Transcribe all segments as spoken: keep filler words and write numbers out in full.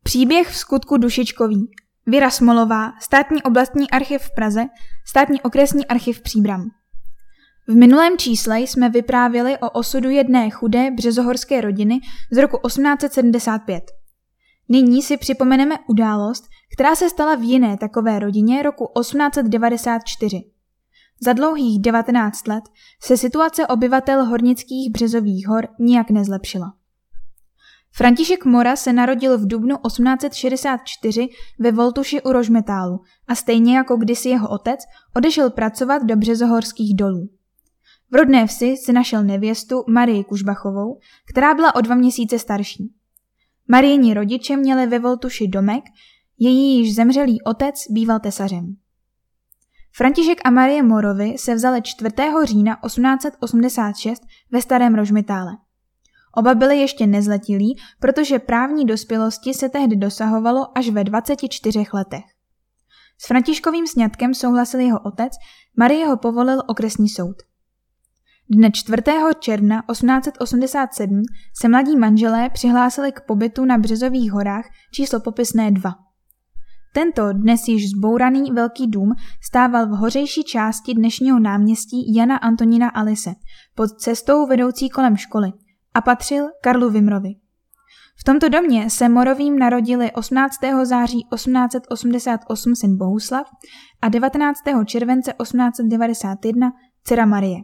Příběh v skutku dušičkový. Věra Smolová, Státní oblastní archiv v Praze, Státní okresní archiv Příbram. V minulém čísle jsme vyprávěli o osudu jedné chudé březohorské rodiny z roku osmnáct set sedmdesát pět. Nyní si připomeneme událost, která se stala v jiné takové rodině roku osmnáct set devadesát čtyři. Za dlouhých devatenáct let se situace obyvatel hornických Březových hor nijak nezlepšila. František Mora se narodil v dubnu osmnáct set šedesát čtyři ve Voltuši u Rožmetálu a stejně jako kdysi jeho otec odešel pracovat do březohorských dolů. V rodné vsi si našel nevěstu Marii Kužbachovou, která byla o dva měsíce starší. Marijini rodiče měli ve Voltuši domek, její již zemřelý otec býval tesařem. František a Marie Morovi se vzali čtvrtého října osmnáct set osmdesát šest ve Starém Rožmetále. Oba byli ještě nezletilí, protože právní dospělosti se tehdy dosahovalo až ve dvaceti čtyřech letech. S Františkovým sňatkem souhlasil jeho otec, Marie ho povolil okresní soud. Dne čtvrtého června osmnáct set osmdesát sedm se mladí manželé přihlásili k pobytu na Březových horách číslo popisné dva. Tento dnes již zbouraný velký dům stával v hořejší části dnešního náměstí Jana Antonína Alise pod cestou vedoucí kolem školy a patřil Karlu Vimrovi. V tomto domě se Morovým narodili osmnáctého září osmnáct set osmdesát osm syn Bohuslav a devatenáctého července osmnáct set devadesát jedna dcera Marie.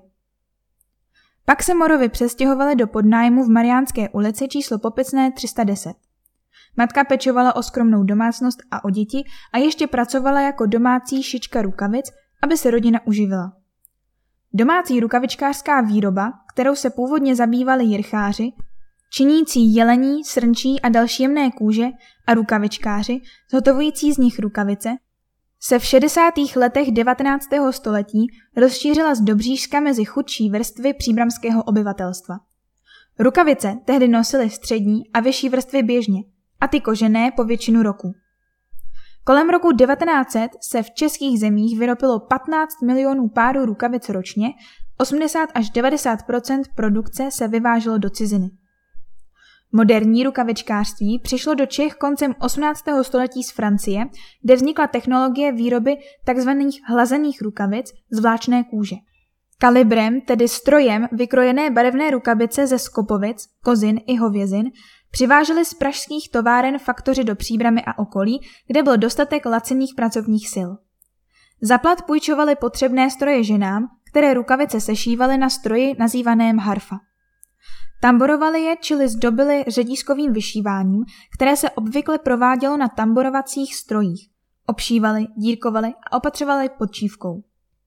Pak se Morovi přestěhovali do podnájmu v Mariánské ulici číslo popisné tři sta deset. Matka pečovala o skromnou domácnost a o děti a ještě pracovala jako domácí šička rukavic, aby se rodina uživila. Domácí rukavičkářská výroba, kterou se původně zabývali jircháři, činící jelení, srnčí a další jemné kůže a rukavičkáři, zhotovující z nich rukavice, se v šedesátých letech devatenáctého století rozšířila z Dobříšska mezi chudší vrstvy příbramského obyvatelstva. Rukavice tehdy nosily střední a vyšší vrstvy běžně, a ty kožené po většinu roku. Kolem roku devatenáct set se v českých zemích vyrobilo patnáct milionů párů rukavic ročně, osmdesát až devadesát procent produkce se vyváželo do ciziny. Moderní rukavičkářství přišlo do Čech koncem osmnáctého století z Francie, kde vznikla technologie výroby tzv. Hlazených rukavic z vláčné kůže. Kalibrem, tedy strojem vykrojené barevné rukavice ze skopovic, kozin i hovězin, přiváželi z pražských továren faktoři do Příbramy a okolí, kde byl dostatek laciných pracovních sil. Za plat půjčovali potřebné stroje ženám, které rukavice sešívaly na stroji nazývaném harfa. Tamborovali je, čili zdobili řetízkovým vyšíváním, které se obvykle provádělo na tamborovacích strojích. Obšívali, dírkovali a opatřovali podčívkou.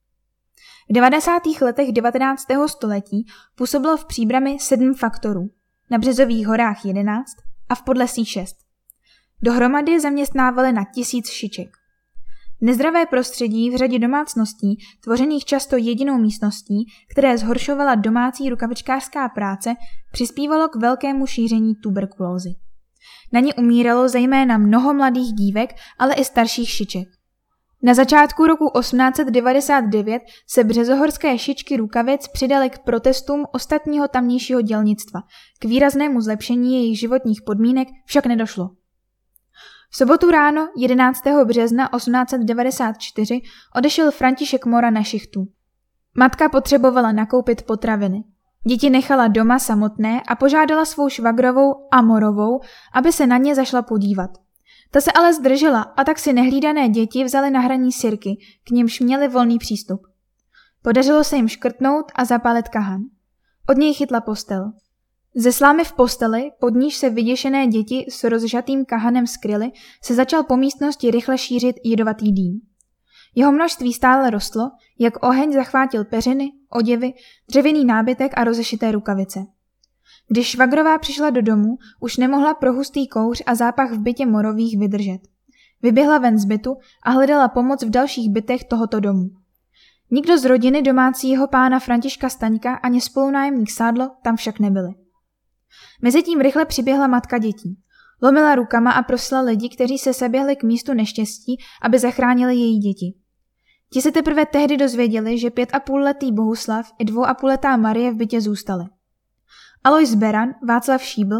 V devadesátých letech devatenáctého století působilo v Příbrami sedm faktorů, na Březových horách jedenáct a v Podlesí šest. Dohromady zaměstnávali na tisíc šiček. Nezdravé prostředí v řadě domácností, tvořených často jedinou místností, které zhoršovala domácí rukavičkářská práce, přispívalo k velkému šíření tuberkulózy. Na ně umíralo zejména mnoho mladých dívek, ale i starších šiček. Na začátku roku osmnáct set devadesát devět se březohorské šičky rukavic přidaly k protestům ostatního tamnějšího dělnictva. K výraznému zlepšení jejich životních podmínek však nedošlo. V sobotu ráno jedenáctého března osmnáct set devadesát čtyři odešel František Mora na šichtu. Matka potřebovala nakoupit potraviny. Děti nechala doma samotné a požádala svou švagrovou a Morovou, aby se na ně zašla podívat. Ta se ale zdržela a tak si nehlídané děti vzali na hraní sirky, k nimž měli volný přístup. Podařilo se jim škrtnout a zapálit kahan. Od něj chytla postel. Ze slámy v posteli, pod níž se vyděšené děti s rozžatým kahanem skryly, se začal po místnosti rychle šířit jedovatý dým. Jeho množství stále rostlo, jak oheň zachvátil peřiny, oděvy, dřevěný nábytek a rozešité rukavice. Když švagrová přišla do domu, už nemohla pro hustý kouř a zápach v bytě Morových vydržet. Vyběhla ven z bytu a hledala pomoc v dalších bytech tohoto domu. Nikdo z rodiny domácího pána Františka Staňka ani spolunájemník Sádlo tam však nebyli. Mezitím rychle přiběhla matka dětí. Lomila rukama a prosila lidi, kteří se seběhli k místu neštěstí, aby zachránili její děti. Ti se teprve tehdy dozvěděli, že pět a půlletý Bohuslav i dvou a půlletá Marie v bytě zůstali. Alois Beran, Václav Šíbl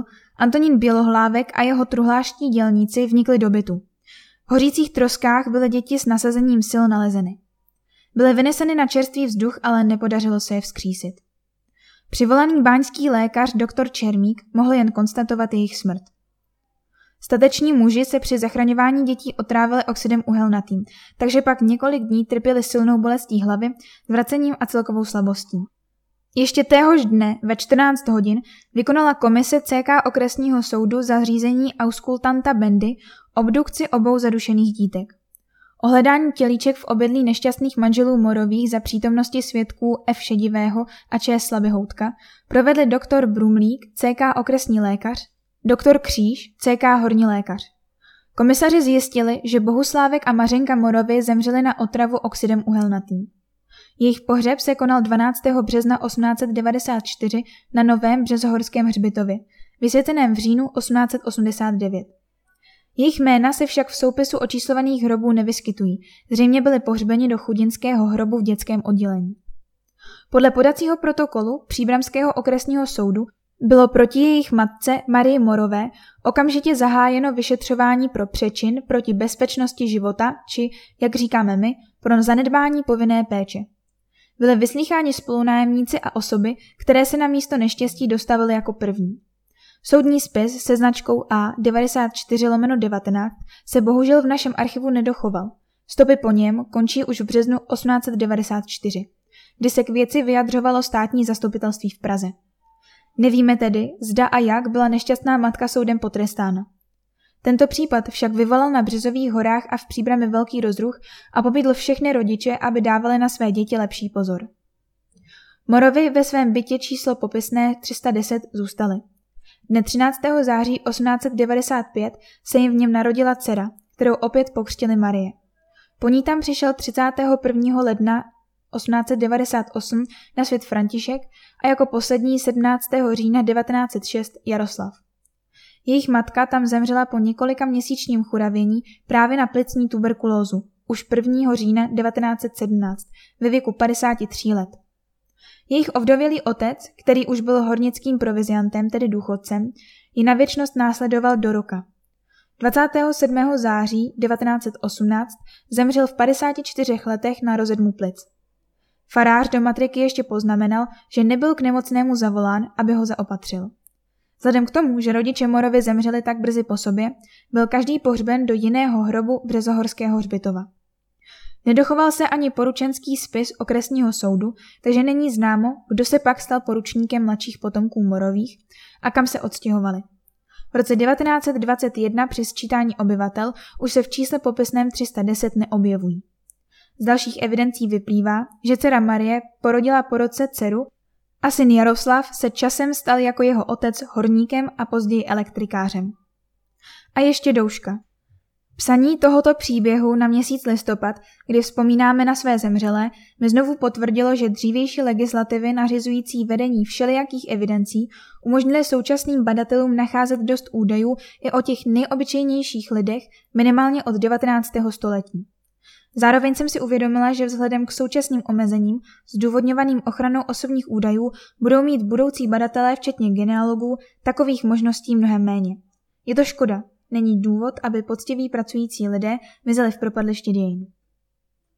Antonín Bělohlávek a jeho truhlářští dělníci vnikli do bytu. V hořících troskách byly děti s nasazením sil nalezeny. Byly vyneseny na čerstvý vzduch, ale nepodařilo se je vzkřísit. Přivolaný báňský lékař doktor Čermík mohl jen konstatovat jejich smrt. Stateční muži se při zachraňování dětí otrávili oxidem uhelnatým, takže pak několik dní trpěli silnou bolestí hlavy, zvracením a celkovou slabostí. Ještě téhož dne ve čtrnáct hodin vykonala komise C K okresního soudu za zřízení auskultanta Bendy obdukci obou zadušených dítek. Ohledání tělíček v obydlí nešťastných manželů Morových za přítomnosti svědků F. Šedivého a Č. Slabihoutka provedli doktor Brumlík, C K okresní lékař, doktor Kříž, C K horní lékař. Komisaři zjistili, že Bohuslávek a Mařenka Morovi zemřeli na otravu oxidem uhelnatým. Jejich pohřeb se konal dvanáctého března osmnáct set devadesát čtyři na Novém Březohorském hřbitově, vysvěceném v říjnu osmnáct set osmdesát devět. Jejich jména se však v soupisu očíslovaných hrobů nevyskytují, zřejmě byli pohřbeni do chudinského hrobu v dětském oddělení. Podle podacího protokolu Příbramského okresního soudu bylo proti jejich matce Marii Morové okamžitě zahájeno vyšetřování pro přečin proti bezpečnosti života či, jak říkáme my, pro zanedbání povinné péče. Byli vyslýcháni spolunájemníci a osoby, které se na místo neštěstí dostavily jako první. Soudní spis se značkou A devadesát čtyři lomeno devatenáct se bohužel v našem archivu nedochoval. Stopy po něm končí už v březnu osmnáct set devadesát čtyři, kdy se k věci vyjadřovalo státní zastupitelství v Praze. Nevíme tedy, zda a jak byla nešťastná matka soudem potrestána. Tento případ však vyvolal na Březových horách a v Příbrami velký rozruch a pobídl všechny rodiče, aby dávali na své děti lepší pozor. Morovi ve svém bytě číslo popisné tři sta deset zůstali. Dne třináctého září osmnáct set devadesát pět se jim v něm narodila dcera, kterou opět pokřtili Marie. Po ní tam přišel třicátého prvního ledna osmnáct set devadesát osm na svět František a jako poslední sedmnáctého října devatenáct set šest Jaroslav. Jejich matka tam zemřela po několika měsíčním churavění právě na plicní tuberkulózu, už prvního října devatenáct set sedmnáct, ve věku padesáti tří let. Jejich ovdovělý otec, který už byl hornickým proviziantem, tedy důchodcem, ji na věčnost následoval do roka. dvacátého sedmého září devatenáct set osmnáct zemřel v padesáti čtyřech letech na rozedmu plic. Farář do matriky ještě poznamenal, že nebyl k nemocnému zavolán, aby ho zaopatřil. Vzhledem k tomu, že rodiče Morovi zemřeli tak brzy po sobě, byl každý pohřben do jiného hrobu Březohorského hřbitova. Nedochoval se ani poručenský spis okresního soudu, takže není známo, kdo se pak stal poručníkem mladších potomků Morových a kam se odstěhovali. V roce devatenáct set dvacet jedna při sčítání obyvatel už se v čísle popisném tři sta deset neobjevují. Z dalších evidencí vyplývá, že dcera Marie porodila po roce dceru a syn Jaroslav se časem stal jako jeho otec horníkem a později elektrikářem. A ještě douška. Psaní tohoto příběhu na měsíc listopad, kdy vzpomínáme na své zemřelé, mi znovu potvrdilo, že dřívější legislativy nařizující vedení všelijakých evidencí umožnily současným badatelům nacházet dost údajů i o těch nejobyčejnějších lidech minimálně od devatenáctého století. Zároveň jsem si uvědomila, že vzhledem k současným omezením, zdůvodňovaným ochranou osobních údajů, budou mít budoucí badatelé, včetně genealogů, takových možností mnohem méně. Je to škoda. Není důvod, aby poctiví pracující lidé mizeli v propadlišti dějin.